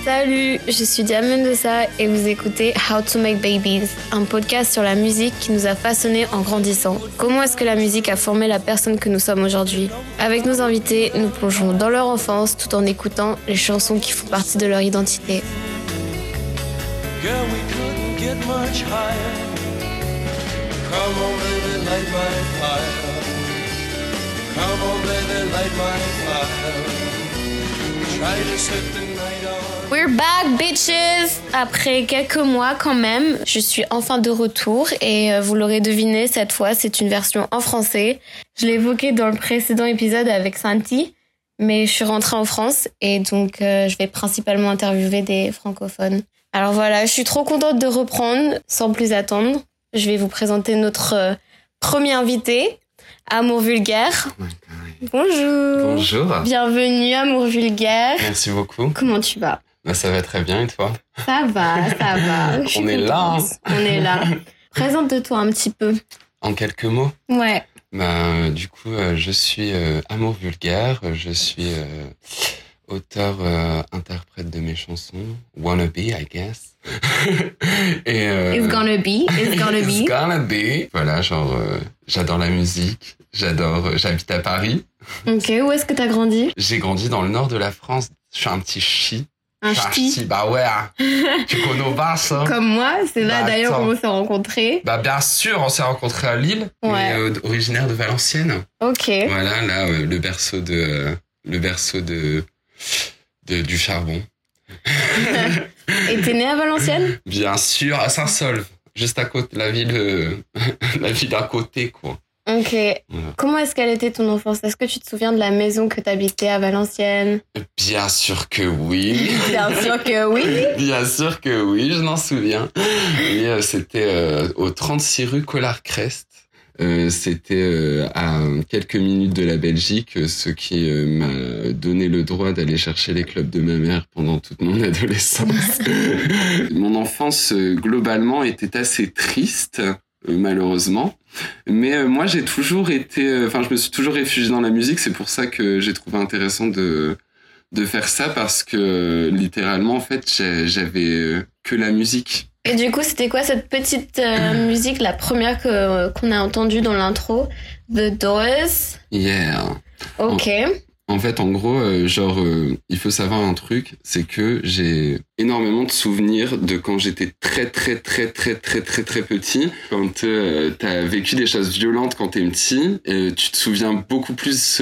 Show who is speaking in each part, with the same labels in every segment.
Speaker 1: Salut, je suis Diane Mendoza et vous écoutez How to Make Babies, un podcast sur la musique qui nous a façonnés en grandissant. Comment est-ce que la musique a formé la personne que nous sommes aujourd'hui? Avec nos invités, nous plongeons dans leur enfance tout en écoutant les chansons qui font partie de leur identité.
Speaker 2: Girl, we couldn't get much higher. Come on, baby, light my fire. Come on, baby, light my fire. Try to set the night on.
Speaker 1: We're back, bitches! Après quelques mois quand même, je suis enfin de retour et vous l'aurez deviné, cette fois, c'est une version en français. Je l'ai évoqué dans le précédent épisode avec Santi, mais je suis rentrée en France et donc je vais principalement interviewer des francophones. Alors voilà, je suis trop contente de reprendre, sans plus attendre. Je vais vous présenter notre premier invité, Amour Vulgaire. Bonjour.
Speaker 3: Bonjour.
Speaker 1: Bienvenue, Amour Vulgaire.
Speaker 3: Merci beaucoup.
Speaker 1: Comment tu vas?
Speaker 3: Ça va très bien et toi?
Speaker 1: Ça va.
Speaker 3: On est là.
Speaker 1: On est là. Présente-toi un petit peu.
Speaker 3: En quelques mots?
Speaker 1: Ouais.
Speaker 3: Du coup, je suis Amour Vulgaire. Je suis auteur, interprète de mes chansons. Wannabe, I guess. Et,
Speaker 1: It's gonna be.
Speaker 3: It's gonna be. Voilà, genre, j'adore la musique. J'habite à Paris.
Speaker 1: Ok, où est-ce que t'as grandi?
Speaker 3: J'ai grandi dans le nord de la France. Je suis un petit chi.
Speaker 1: Un ch'ti.
Speaker 3: Bah ouais. Tu connais au bar, ça?
Speaker 1: Comme moi, c'est là d'ailleurs
Speaker 3: attends.
Speaker 1: où on s'est rencontrés.
Speaker 3: Bah bien sûr, on s'est rencontrés à Lille,
Speaker 1: Ouais.
Speaker 3: mais originaire de Valenciennes.
Speaker 1: Ok.
Speaker 3: Voilà, là, le berceau du charbon.
Speaker 1: Et t'es né à Valenciennes?
Speaker 3: Bien sûr, à Saint-Solve, juste à côté, la ville d'à côté, quoi.
Speaker 1: Ok. Comment est-ce qu'elle était ton enfance? Est-ce que tu te souviens de la maison que t'habitais à Valenciennes?
Speaker 3: Bien sûr que oui.
Speaker 1: Bien sûr que oui.
Speaker 3: Bien sûr que oui, je m'en souviens. Et c'était au 36 rue Collard-Crest. C'était à quelques minutes de la Belgique, ce qui m'a donné le droit d'aller chercher les clubs de ma mère pendant toute mon adolescence. Mon enfance, globalement, était assez triste, malheureusement. Mais moi, j'ai toujours été... je me suis toujours réfugié dans la musique. C'est pour ça que j'ai trouvé intéressant de faire ça, parce que, littéralement, en fait, j'avais que la musique.
Speaker 1: Et du coup, c'était quoi cette petite musique, la première qu'on a entendue dans l'intro? The Doors.
Speaker 3: Yeah.
Speaker 1: Ok.
Speaker 3: En fait, en gros, il faut savoir un truc, c'est que j'ai énormément de souvenirs de quand j'étais très petit. Quand t'as vécu des choses violentes quand t'es petit, tu te souviens beaucoup plus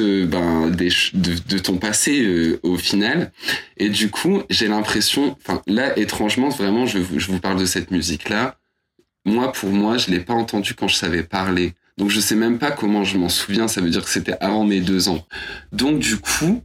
Speaker 3: de ton passé au final. Et du coup, j'ai l'impression, là, étrangement, vraiment, je vous parle de cette musique-là. Pour moi, je l'ai pas entendue quand je savais parler. Donc je sais même pas comment je m'en souviens, ça veut dire que c'était avant mes 2 ans. Donc du coup,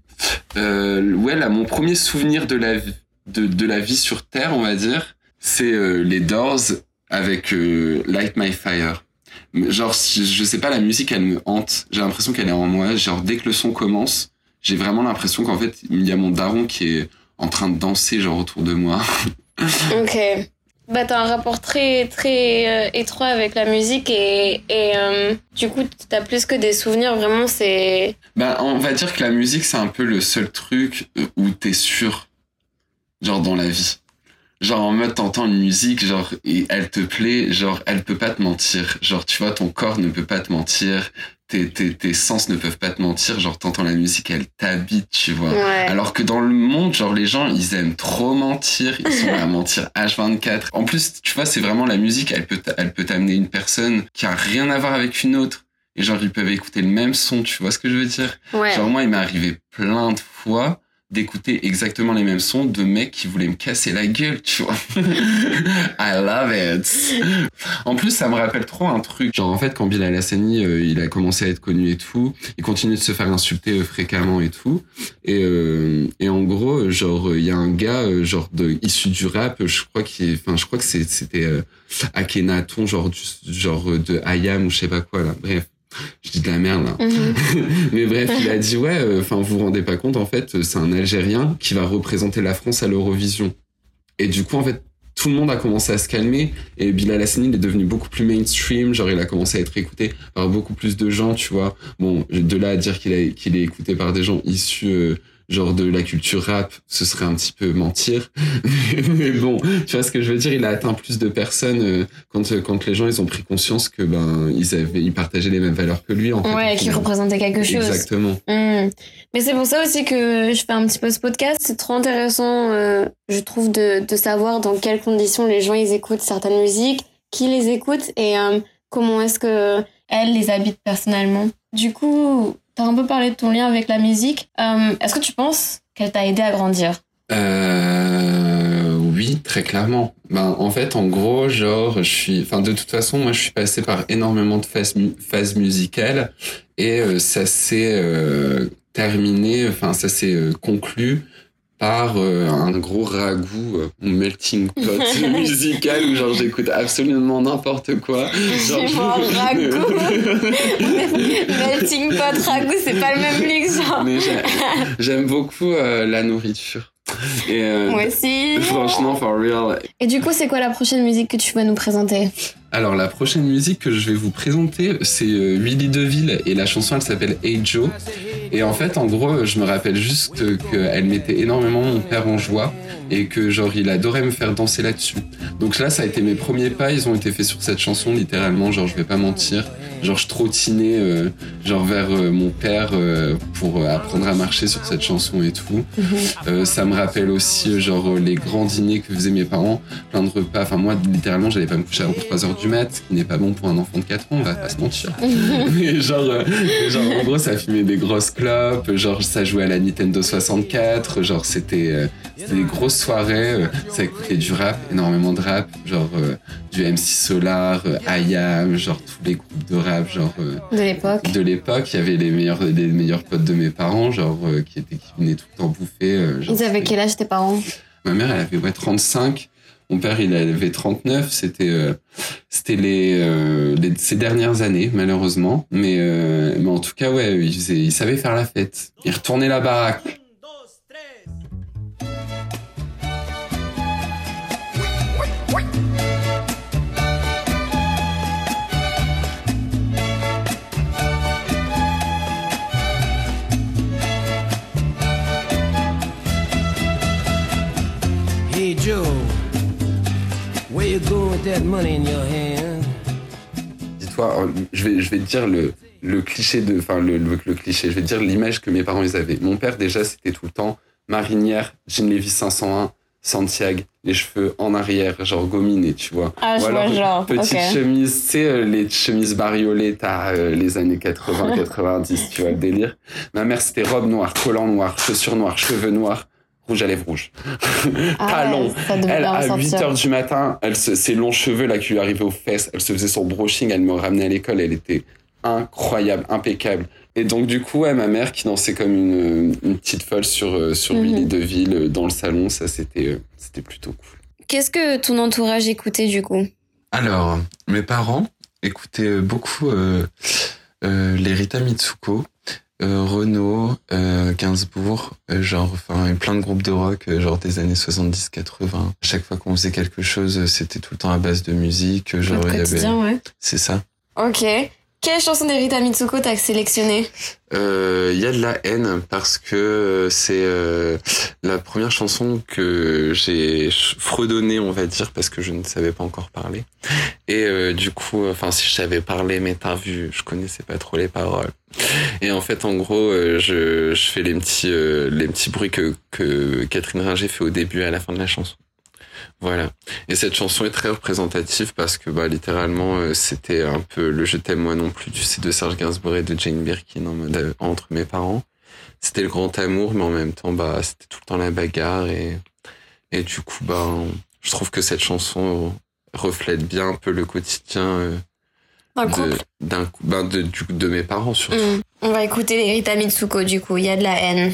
Speaker 3: mon premier souvenir de la vie sur Terre, on va dire, c'est les Doors avec Light My Fire. Genre, je sais pas, la musique, elle me hante. J'ai l'impression qu'elle est en moi. Genre, dès que le son commence, j'ai vraiment l'impression qu'en fait, il y a mon daron qui est en train de danser, genre, autour de moi.
Speaker 1: Ok. Bah, t'as un rapport très étroit avec la musique et du coup, t'as plus que des souvenirs, vraiment, c'est...
Speaker 3: On va dire que la musique, c'est un peu le seul truc où t'es sûr, genre, dans la vie. Genre, en mode, t'entends une musique, genre, et elle te plaît, genre, elle peut pas te mentir. Genre, tu vois, ton corps ne peut pas te mentir, tes sens ne peuvent pas te mentir, genre, t'entends la musique, elle t'habite, tu vois.
Speaker 1: Ouais.
Speaker 3: Alors que dans le monde, genre, les gens, ils aiment trop mentir, ils sont là à mentir H24. En plus, tu vois, c'est vraiment la musique, elle peut t'amener une personne qui a rien à voir avec une autre. Et genre, ils peuvent écouter le même son, tu vois ce que je veux dire?
Speaker 1: Ouais.
Speaker 3: Genre, moi, il m'est arrivé plein de fois d'écouter exactement les mêmes sons de mecs qui voulaient me casser la gueule, tu vois. I love it. En plus, ça me rappelle trop un truc. Genre, en fait, quand Bilal Hassani, il a commencé à être connu et tout, il continue de se faire insulter fréquemment et tout. Et en gros, genre, il y a un gars, issu du rap, je crois que c'était Akhenaton, genre de Ayam ou je sais pas quoi, là. Bref. Je dis de la merde, là. Mais bref, il a dit, vous vous rendez pas compte, en fait, c'est un Algérien qui va représenter la France à l'Eurovision. Et du coup, en fait, tout le monde a commencé à se calmer et Bilal Hassani, il est devenu beaucoup plus mainstream, genre il a commencé à être écouté par beaucoup plus de gens, tu vois. Bon, de là à dire qu'il est écouté par des gens issus genre de la culture rap, ce serait un petit peu mentir. Mais bon, tu vois ce que je veux dire, il a atteint plus de personnes quand les gens ils ont pris conscience que ils partageaient les mêmes valeurs que lui en fait.
Speaker 1: Ouais, qui représentait quelque chose.
Speaker 3: Exactement.
Speaker 1: Mais c'est pour ça aussi que je fais un petit peu ce podcast. C'est trop intéressant, je trouve, de savoir dans quelles conditions les gens ils écoutent certaines musiques, qui les écoute et comment est-ce que elle les habite personnellement. Du coup, t'as un peu parlé de ton lien avec la musique. Est-ce que tu penses qu'elle t'a aidé à grandir?
Speaker 3: Oui, très clairement. En fait, en gros, de toute façon, moi, je suis passé par énormément de phases musicales et ça s'est conclu par un gros ragoût, melting pot musical où genre j'écoute absolument n'importe quoi.
Speaker 1: Ragoût. Melting pot, ragoût, c'est pas le même luxe, genre.
Speaker 3: Mais j'aime beaucoup la nourriture. Et,
Speaker 1: moi aussi.
Speaker 3: Franchement, for real.
Speaker 1: Et du coup, c'est quoi la prochaine musique que tu vas nous présenter?
Speaker 3: Alors, la prochaine musique que je vais vous présenter, c'est Willy DeVille et la chanson, elle s'appelle Hey Joe. Et en fait, en gros, je me rappelle juste qu'elle mettait énormément mon père en joie et que genre il adorait me faire danser là-dessus. Donc là, ça a été mes premiers pas, ils ont été faits sur cette chanson, littéralement, genre je vais pas mentir. Genre je trottinais vers mon père pour apprendre à marcher sur cette chanson et tout. Ça me rappelle aussi les grands dîners que faisaient mes parents, plein de repas. Enfin moi, littéralement, j'allais pas me coucher avant 3h du mat, ce qui n'est pas bon pour un enfant de 4 ans, on va pas se mentir. Mais en gros, ça fumait des grosses clopes, genre ça jouait à la Nintendo 64, genre c'était des grosses soirées, ça écoutait du rap, énormément de rap, du MC Solar, IAM, tous les groupes de rap,
Speaker 1: de l'époque.
Speaker 3: Il y avait les meilleurs potes de mes parents, qui venaient tout le temps bouffer.
Speaker 1: Ils avaient quel âge tes parents?
Speaker 3: Ma mère, elle avait 35. Mon père, il avait 39. C'était ces dernières années, malheureusement. Mais en tout cas, ouais, il savait faire la fête. Il retournait la baraque.
Speaker 2: Hey Joe, where you going with that money in your hand?
Speaker 3: Dis-toi, je vais te dire le cliché le cliché, je vais te dire l'image que mes parents ils avaient. Mon père déjà c'était tout le temps marinière, jean Levi's 501, Santiago, les cheveux en arrière, gominés, tu vois.
Speaker 1: Ah, je vois genre.
Speaker 3: Petite chemise, tu sais, les chemises bariolées, les années 80-90, tu vois le délire. Ma mère c'était robe noire, collant noir, chaussures noires, cheveux noirs, rouge à lèvres rouges. Talons. Elle, à 8h du matin, ses longs cheveux là qui lui arrivaient aux fesses, elle se faisait son brushing, elle me ramenait à l'école, elle était incroyable, impeccable. Et donc du coup, ouais, ma mère qui dansait comme une petite folle sur Willy DeVille dans le salon, ça c'était plutôt cool.
Speaker 1: Qu'est-ce que ton entourage écoutait du coup? Alors,
Speaker 3: mes parents écoutaient beaucoup les Rita Mitsuko, Renaud, Gainsbourg, plein de groupes de rock, des années 70-80. Chaque fois qu'on faisait quelque chose, c'était tout le temps à base de musique.
Speaker 1: Le quotidien, ouais.
Speaker 3: C'est ça.
Speaker 1: Ok. Quelle chanson des Rita Mitsuko t'as sélectionnée?
Speaker 3: Y a de la haine parce que c'est la première chanson que j'ai fredonnée, on va dire, parce que je ne savais pas encore parler. Et du coup, si je savais parler, mais t'as vu, je connaissais pas trop les paroles. Et en fait, en gros, je fais les petits bruits que Catherine Ringer fait au début et à la fin de la chanson. Voilà. Et cette chanson est très représentative parce que, littéralement, c'était un peu le Je t'aime moi non plus de Serge Gainsbourg et de Jane Birkin en mode entre mes parents. C'était le grand amour, mais en même temps, c'était tout le temps la bagarre et du coup, je trouve que cette chanson reflète bien un peu le quotidien de mes parents surtout.
Speaker 1: On va écouter les Rita Mitsuko du coup, il y a de la haine.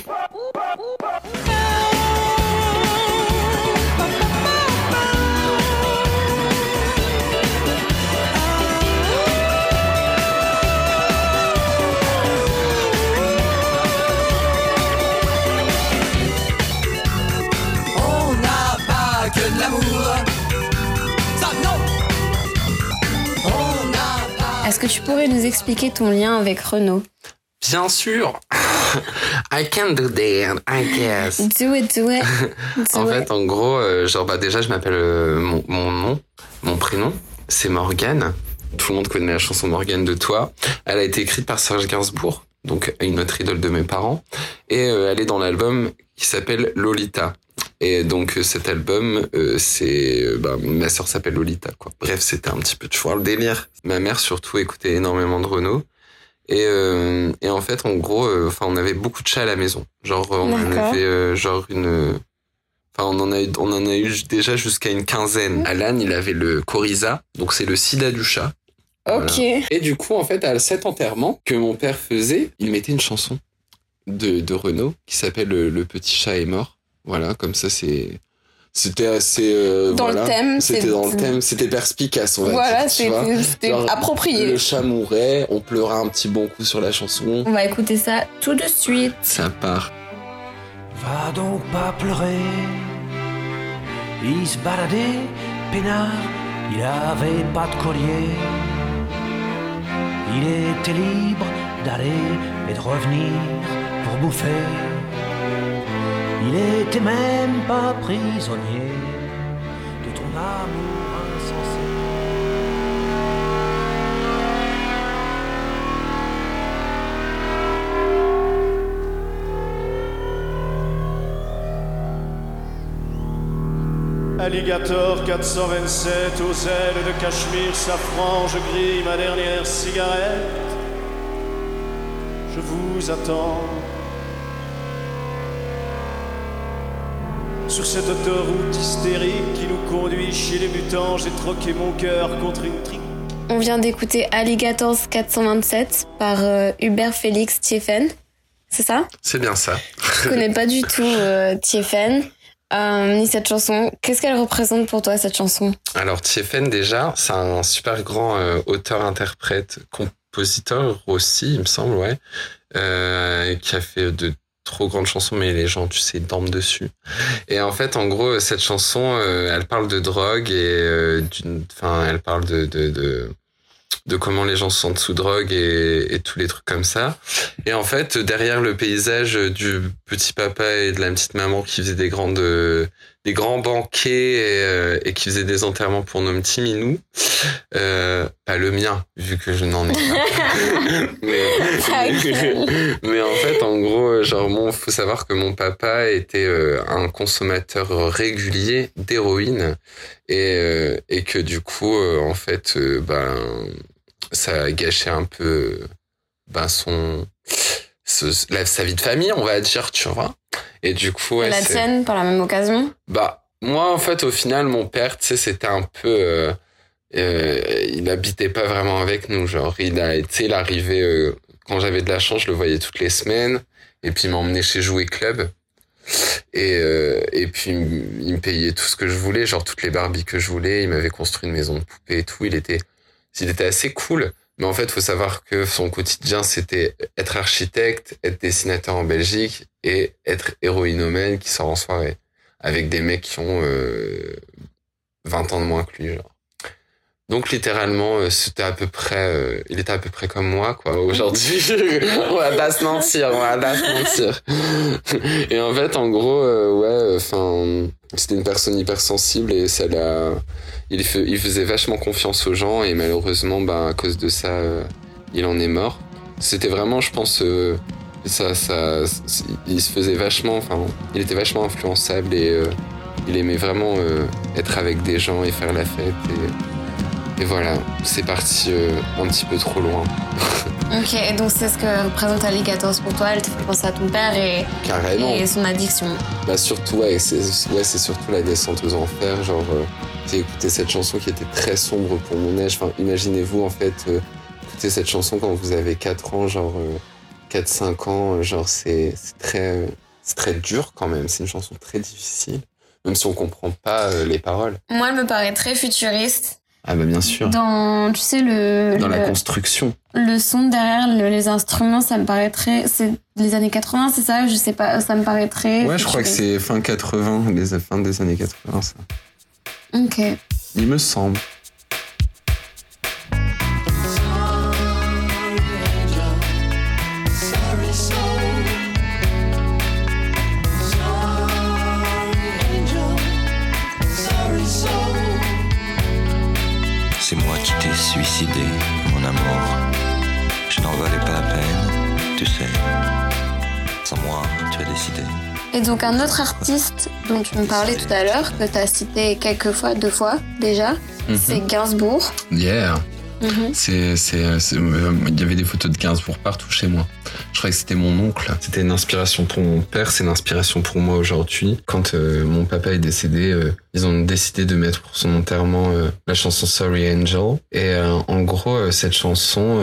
Speaker 1: Est-ce que tu pourrais nous expliquer ton lien avec Renaud?
Speaker 3: Bien sûr. I can do that, I guess.
Speaker 1: Do it.
Speaker 3: En fait, en gros, déjà, je m'appelle mon prénom, c'est Morgane. Tout le monde connaît la chanson Morgane de Toi. Elle a été écrite par Serge Gainsbourg, donc une autre idole de mes parents. Et elle est dans l'album qui s'appelle Lolita. Et donc cet album, ma sœur s'appelle Lolita, quoi. Bref, c'était un petit peu, tu vois, le délire. Ma mère surtout écoutait énormément de Renaud. Et en fait, en gros, on avait beaucoup de chats à la maison. Genre, on en avait on en a eu déjà jusqu'à une quinzaine. Alan, il avait le coryza, donc c'est le sida du chat.
Speaker 1: Ok.
Speaker 3: Voilà. Et du coup, en fait, à cet enterrement que mon père faisait, il mettait une chanson de Renaud qui s'appelle Le petit chat est mort. Voilà, comme ça, c'était assez...
Speaker 1: dans le thème.
Speaker 3: C'était dans le thème, c'était perspicace, on va dire.
Speaker 1: Voilà, c'était approprié.
Speaker 3: Le chat mourait, on pleura un petit bon coup sur la chanson.
Speaker 1: On va écouter ça tout de suite.
Speaker 3: Ça part.
Speaker 2: Va donc pas pleurer. Il se baladait, peinard, il avait pas de collier. Il était libre d'aller et de revenir pour bouffer. Il était même pas prisonnier de ton amour insensé. Alligator 427 aux ailes de cachemire safran, je grille ma dernière cigarette. Je vous attends. Sur cette autoroute hystérique qui nous conduit chez les mutants, j'ai troqué mon cœur contre une trique.
Speaker 1: On vient d'écouter Alligators 427 par Hubert Félix Thieffen. C'est ça ?
Speaker 3: C'est bien ça.
Speaker 1: Je connais pas du tout Thieffen, ni cette chanson. Qu'est-ce qu'elle représente pour toi, cette chanson ?
Speaker 3: Alors, Thieffen, déjà, c'est un super grand auteur-interprète, compositeur aussi, il me semble, ouais, qui a fait de trop grandes chansons, mais les gens, tu sais, dorment dessus. Et en fait, en gros, cette chanson, elle parle de drogue et elle parle de comment les gens se sentent sous drogue et tous les trucs comme ça. Et en fait, derrière le paysage du petit papa et de la petite maman qui faisaient des grands banquets et qui faisaient des enterrements pour nos petits minous, pas le mien, vu que je n'en ai pas. mais en fait, en gros, faut savoir que mon papa était un consommateur régulier d'héroïne et que du coup, en fait, ça a gâché un peu sa vie de famille, on va dire, tu vois. Et du coup,
Speaker 1: la tienne, par la même occasion ?
Speaker 3: Moi, en fait, au final, mon père, tu sais, c'était un peu... il habitait pas vraiment avec nous, genre, il arrivait... quand j'avais de la chance, je le voyais toutes les semaines, et puis il m'emmenait chez Jouet Club, et puis il me payait tout ce que je voulais, genre toutes les Barbies que je voulais, il m'avait construit une maison de poupée et tout, il était assez cool. Mais en fait, faut savoir que son quotidien, c'était être architecte, être dessinateur en Belgique et être héroïnomane qui sort en soirée. Avec des mecs qui ont 20 ans de moins que lui, genre. Donc, littéralement, c'était à peu près... il était à peu près comme moi, quoi, aujourd'hui. On va pas se mentir. Et en fait, en gros, c'était une personne hypersensible et il faisait vachement confiance aux gens et malheureusement, à cause de ça, il en est mort. C'était vraiment, je pense, il se faisait vachement, il était vachement influençable et il aimait vraiment être avec des gens et faire la fête et voilà, c'est parti un petit peu trop loin.
Speaker 1: Ok, et donc c'est ce que représente Alligators pour toi, elle te fait penser à ton père et son addiction.
Speaker 3: Surtout, c'est surtout la descente aux enfers, genre, j'ai écouté cette chanson qui était très sombre pour mon âge, imaginez-vous en fait, écouter cette chanson quand vous avez 4 ans, genre 4-5 ans, genre c'est très dur quand même, c'est une chanson très difficile, même si on comprend pas les paroles.
Speaker 1: Moi, elle me paraît très futuriste.
Speaker 3: Ah bien sûr.
Speaker 1: Dans, tu sais,
Speaker 3: la construction.
Speaker 1: Le son derrière, les instruments, ça me paraît très... C'est les années 80, c'est ça ? Je sais pas, ça me paraît très...
Speaker 3: Ouais, je crois que c'est fin 80, fin des années 80, ça.
Speaker 1: Ok.
Speaker 3: Il me semble.
Speaker 4: suicidé, mon amour. Je n'en valais pas la peine, tu sais. Sans moi, tu as décidé.
Speaker 1: Et donc un autre artiste dont tu me parlais tout à l'heure, que tu as cité quelques fois, 2 fois déjà, c'est Gainsbourg.
Speaker 3: Yeah.
Speaker 1: Mm-hmm.
Speaker 3: Il y avait des photos de Gainsbourg partout chez moi. Je croyais que c'était mon oncle. C'était une inspiration pour mon père, c'est une inspiration pour moi aujourd'hui. Quand mon papa est décédé, ils ont décidé de mettre pour son enterrement la chanson Sorry Angel. Et en gros, cette chanson,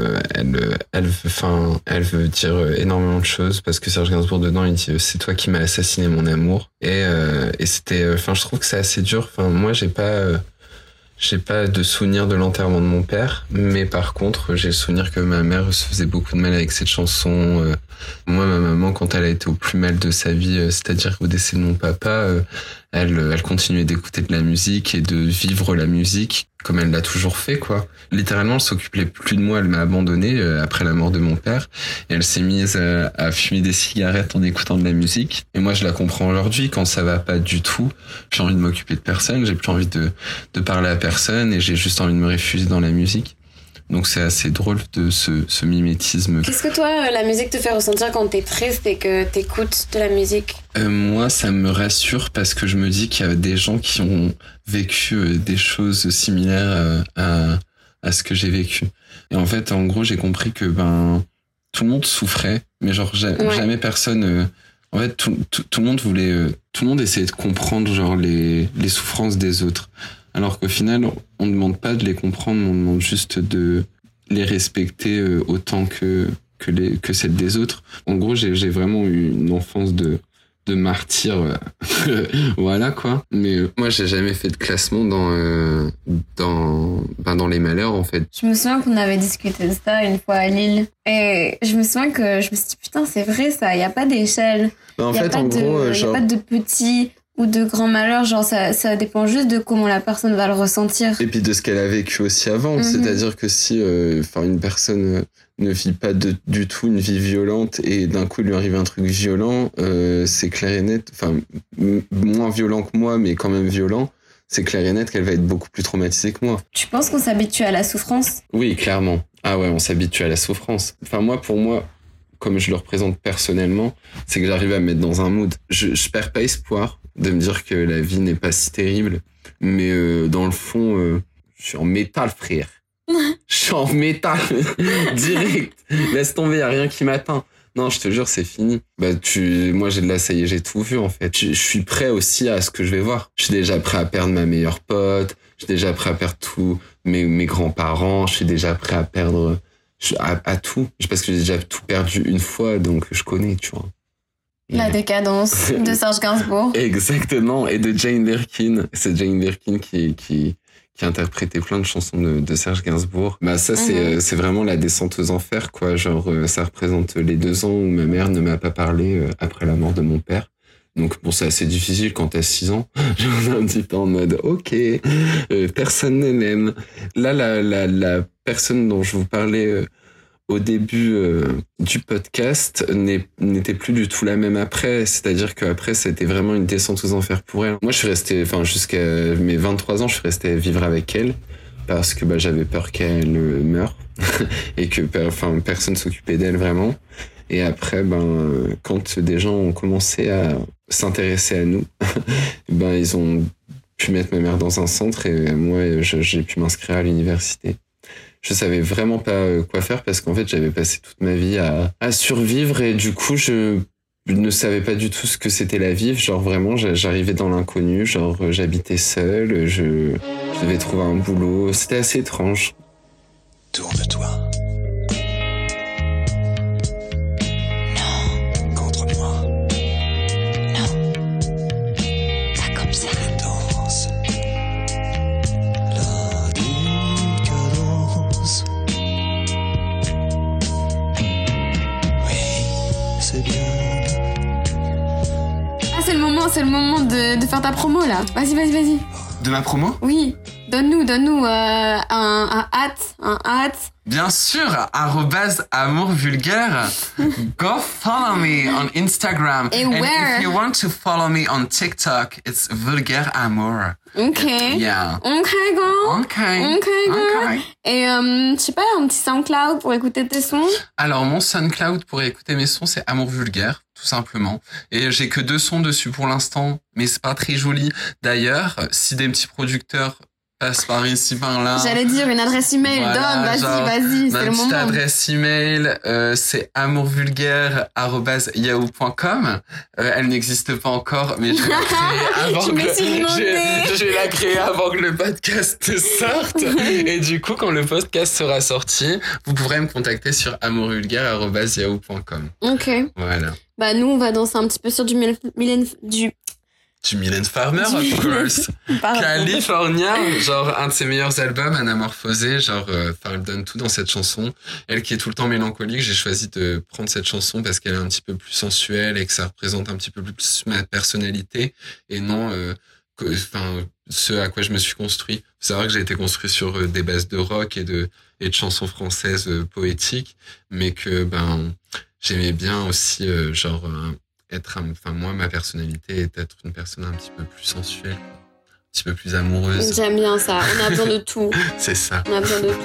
Speaker 3: elle veut dire énormément de choses parce que Serge Gainsbourg dedans, il dit c'est toi qui m'as assassiné mon amour. Et c'était, je trouve que c'est assez dur. Moi, j'ai pas de souvenir de l'enterrement de mon père, mais par contre, j'ai le souvenir que ma mère se faisait beaucoup de mal avec cette chanson. Moi, ma maman, quand elle a été au plus mal de sa vie, c'est-à-dire au décès de mon papa, elle continuait d'écouter de la musique et de vivre la musique comme elle l'a toujours fait, quoi. Littéralement, elle s'occupait plus de moi, elle m'a abandonné après la mort de mon père, et elle s'est mise à fumer des cigarettes en écoutant de la musique. Et moi, je la comprends aujourd'hui, quand ça va pas du tout, j'ai envie de m'occuper de personne, j'ai plus envie de parler à personne, et j'ai juste envie de me réfugier dans la musique. Donc c'est assez drôle de ce mimétisme.
Speaker 1: Qu'est-ce que toi, la musique te fait ressentir quand t'es triste et que t'écoutes de la musique ?
Speaker 3: Moi, ça me rassure parce que je me dis qu'il y a des gens qui ont vécu des choses similaires à ce que j'ai vécu. Et en fait, en gros, j'ai compris que tout le monde souffrait, mais genre jamais personne... en fait, tout le monde voulait... tout le monde essayait de comprendre genre les souffrances des autres. Alors qu'au final, on ne demande pas de les comprendre, on demande juste de les respecter autant que celles des autres. En gros, j'ai vraiment eu une enfance de martyr, voilà quoi. Mais moi, j'ai jamais fait de classement dans les malheurs, en fait.
Speaker 1: Je me souviens qu'on avait discuté de ça une fois à Lille. Et je me souviens que je me suis dit, putain, c'est vrai ça, il n'y a pas d'échelle.
Speaker 3: En fait, en gros,
Speaker 1: il n'y a pas de petits ou de grands malheurs, genre ça dépend juste de comment la personne va le ressentir.
Speaker 3: Et puis de ce qu'elle a vécu aussi avant. C'est-à-dire que si une personne ne vit pas du tout une vie violente et d'un coup il lui arrive un truc violent, c'est clair et net, moins violent que moi mais quand même violent, c'est clair et net qu'elle va être beaucoup plus traumatisée que moi.
Speaker 1: Tu penses qu'on s'habitue à la souffrance ?
Speaker 3: Oui, clairement. Ah ouais, on s'habitue à la souffrance. Pour moi, comme je le représente personnellement, c'est que j'arrive à me mettre dans un mood. Je perds pas espoir de me dire que la vie n'est pas si terrible, mais dans le fond, je suis en métal, frère. Je suis en métal, direct. Laisse tomber, y a rien qui m'atteint. Non, je te jure, c'est fini. Moi, ça y est, j'ai tout vu, en fait. Je suis prêt aussi à ce que je vais voir. Je suis déjà prêt à perdre ma meilleure pote. Je suis déjà prêt à perdre tous mes grands-parents. Je suis déjà prêt à perdre à tout. Parce que j'ai déjà tout perdu une fois, donc je connais, tu vois.
Speaker 1: La décadence de Serge Gainsbourg.
Speaker 3: Exactement, et de Jane Birkin. C'est Jane Birkin qui interprétait plein de chansons de Serge Gainsbourg. C'est vraiment la descente aux enfers, quoi. Genre, ça représente les 2 ans où ma mère ne m'a pas parlé après la mort de mon père. Donc bon, c'est assez difficile quand t'as 6 ans. J'en ai un petit peu en mode, ok, personne ne m'aime. Là, la personne dont je vous parlais au début du podcast n'était plus du tout la même après. C'est-à-dire qu'après, c'était vraiment une descente aux enfers pour elle. Moi, je suis resté, jusqu'à mes 23 ans, je suis resté vivre avec elle parce que j'avais peur qu'elle meure et que personne s'occupait d'elle vraiment. Et après, quand des gens ont commencé à s'intéresser à nous, ils ont pu mettre ma mère dans un centre et moi, j'ai pu m'inscrire à l'université. Je savais vraiment pas quoi faire parce qu'en fait, j'avais passé toute ma vie à survivre et du coup, je ne savais pas du tout ce que c'était la vie. Genre vraiment, j'arrivais dans l'inconnu, genre j'habitais seul, je devais trouver un boulot. C'était assez étrange.
Speaker 4: Tourne-toi. Non, contre moi. Non, pas comme ça. Danse. La décadence. Oui, c'est bien.
Speaker 1: Ah, c'est le moment de faire ta promo là. Vas-y.
Speaker 3: De ma promo ?
Speaker 1: Oui. Donne-nous un hâte.
Speaker 3: Bien sûr, @amourvulgaire. Go follow me on Instagram.
Speaker 1: Et
Speaker 3: And
Speaker 1: where?
Speaker 3: if you want to follow me on TikTok, it's vulgaire amour.
Speaker 1: Ok.
Speaker 3: Yeah.
Speaker 1: Ok, girl.
Speaker 3: Ok.
Speaker 1: Girl. Et je sais pas, un petit SoundCloud pour écouter tes sons.
Speaker 3: Alors, mon SoundCloud pour écouter mes sons, c'est Amour Vulgaire, tout simplement. Et j'ai que 2 sons dessus pour l'instant, mais c'est pas très joli. D'ailleurs, si des petits producteurs passent par ici, par là...
Speaker 1: J'allais dire une adresse email.
Speaker 3: Voilà,
Speaker 1: Donne,
Speaker 3: genre,
Speaker 1: vas-y, c'est
Speaker 3: ma
Speaker 1: le
Speaker 3: petite
Speaker 1: moment.
Speaker 3: adresse email, c'est amourvulgaire@yahoo.com. Elle n'existe pas encore, mais je vais la créer avant
Speaker 1: Je me
Speaker 3: que
Speaker 1: suis demandé.
Speaker 3: je vais la créer avant que le podcast sorte. Et du coup, quand le podcast sera sorti, vous pourrez me contacter sur amourvulgaire@yahoo.com.
Speaker 1: Ok.
Speaker 3: Voilà.
Speaker 1: Bah nous, on va danser un petit peu sur du
Speaker 3: Du Mylène Farmer, of course.
Speaker 1: Pardon.
Speaker 3: California, genre un de ses meilleurs albums, Anamorphosé, genre, elle donne tout dans cette chanson. Elle qui est tout le temps mélancolique, j'ai choisi de prendre cette chanson parce qu'elle est un petit peu plus sensuelle et que ça représente un petit peu plus ma personnalité et non, ce à quoi je me suis construit. Faut savoir que j'ai été construit sur des bases de rock et de chansons françaises poétiques, mais que, j'aimais bien aussi, moi, ma personnalité est être une personne un petit peu plus sensuelle, un petit peu plus amoureuse.
Speaker 1: J'aime bien ça. On a besoin de tout.
Speaker 3: C'est ça.
Speaker 1: On a besoin de tout.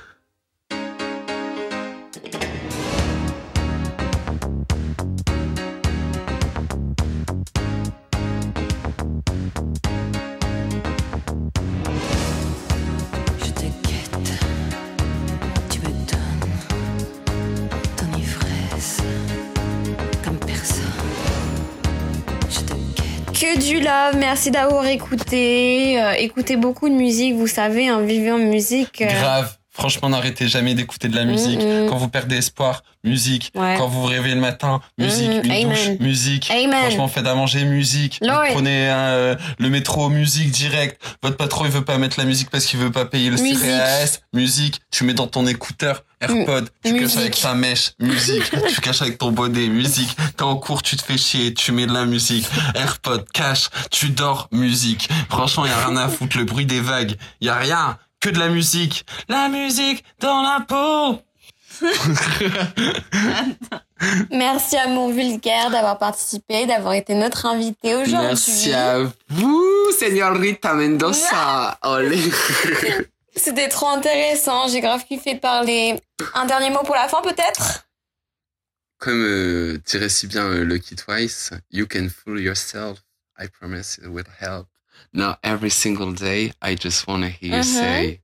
Speaker 5: Je te guette, tu me donnes ton ivresse comme personne. Je te guette.
Speaker 1: Que du love. Merci d'avoir écouté. Écoutez beaucoup de musique. Vous savez, vivez en musique.
Speaker 3: Grave. Franchement, n'arrêtez jamais d'écouter de la musique. Quand vous perdez espoir, musique.
Speaker 1: Ouais.
Speaker 3: Quand vous vous réveillez le matin, musique. Une
Speaker 1: Amen.
Speaker 3: douche, musique.
Speaker 1: Amen.
Speaker 3: Franchement, faites à manger, musique.
Speaker 1: Lord.
Speaker 3: Vous prenez le métro, musique direct. Votre patron, il veut pas mettre la musique parce qu'il veut pas payer le
Speaker 1: Musique.
Speaker 3: CRAS. Musique. Tu mets dans ton écouteur, AirPod. Tu
Speaker 1: Musique.
Speaker 3: caches avec ta mèche, musique. Tu caches avec ton bonnet, musique. T'es en cours, tu te fais chier, tu mets de la musique. AirPod, cache, tu dors, musique. Franchement, y a rien à foutre. Le bruit des vagues, y a rien. Que de la musique. La musique dans la peau.
Speaker 1: Merci Amour Vulgaire d'avoir participé, d'avoir été notre invité aujourd'hui.
Speaker 3: Merci à vous, Señorita Mendoza. Olé.
Speaker 1: C'était trop intéressant. J'ai grave kiffé de parler. Un dernier mot pour la fin, peut-être?
Speaker 3: Comme dirait si bien Lucky Twice, you can fool yourself. I promise it will help. Now every single day, I just want to hear you say,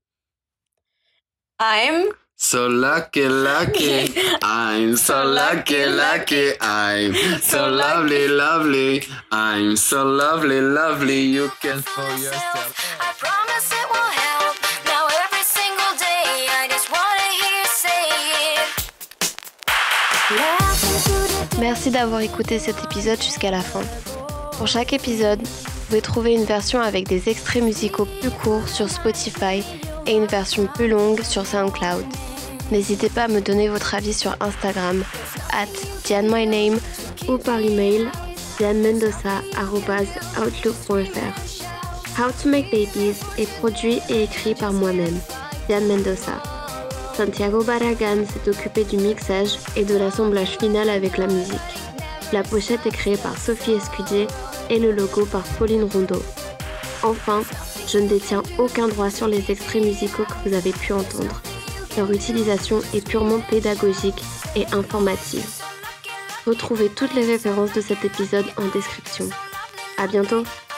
Speaker 1: I'm
Speaker 3: so lucky, lucky. I'm so lucky, lucky. I'm so lovely, lovely. I'm so lovely, lovely. You can fool yourself.
Speaker 5: I promise it will help. Now every single day, I just wanna hear you say it.
Speaker 1: Merci d'avoir écouté cet épisode jusqu'à la fin. Pour chaque épisode, vous pouvez trouver une version avec des extraits musicaux plus courts sur Spotify et une version plus longue sur SoundCloud. N'hésitez pas à me donner votre avis sur Instagram @DianeMyName ou par email dianemendoza@outlook.fr. How to Make Babies est produit et écrit par moi-même, Diane Mendoza. Santiago Barragan s'est occupé du mixage et de l'assemblage final avec la musique. La pochette est créée par Sophie Escudier et le logo par Pauline Rondeau. Enfin, je ne détiens aucun droit sur les extraits musicaux que vous avez pu entendre. Leur utilisation est purement pédagogique et informative. Retrouvez toutes les références de cet épisode en description. À bientôt!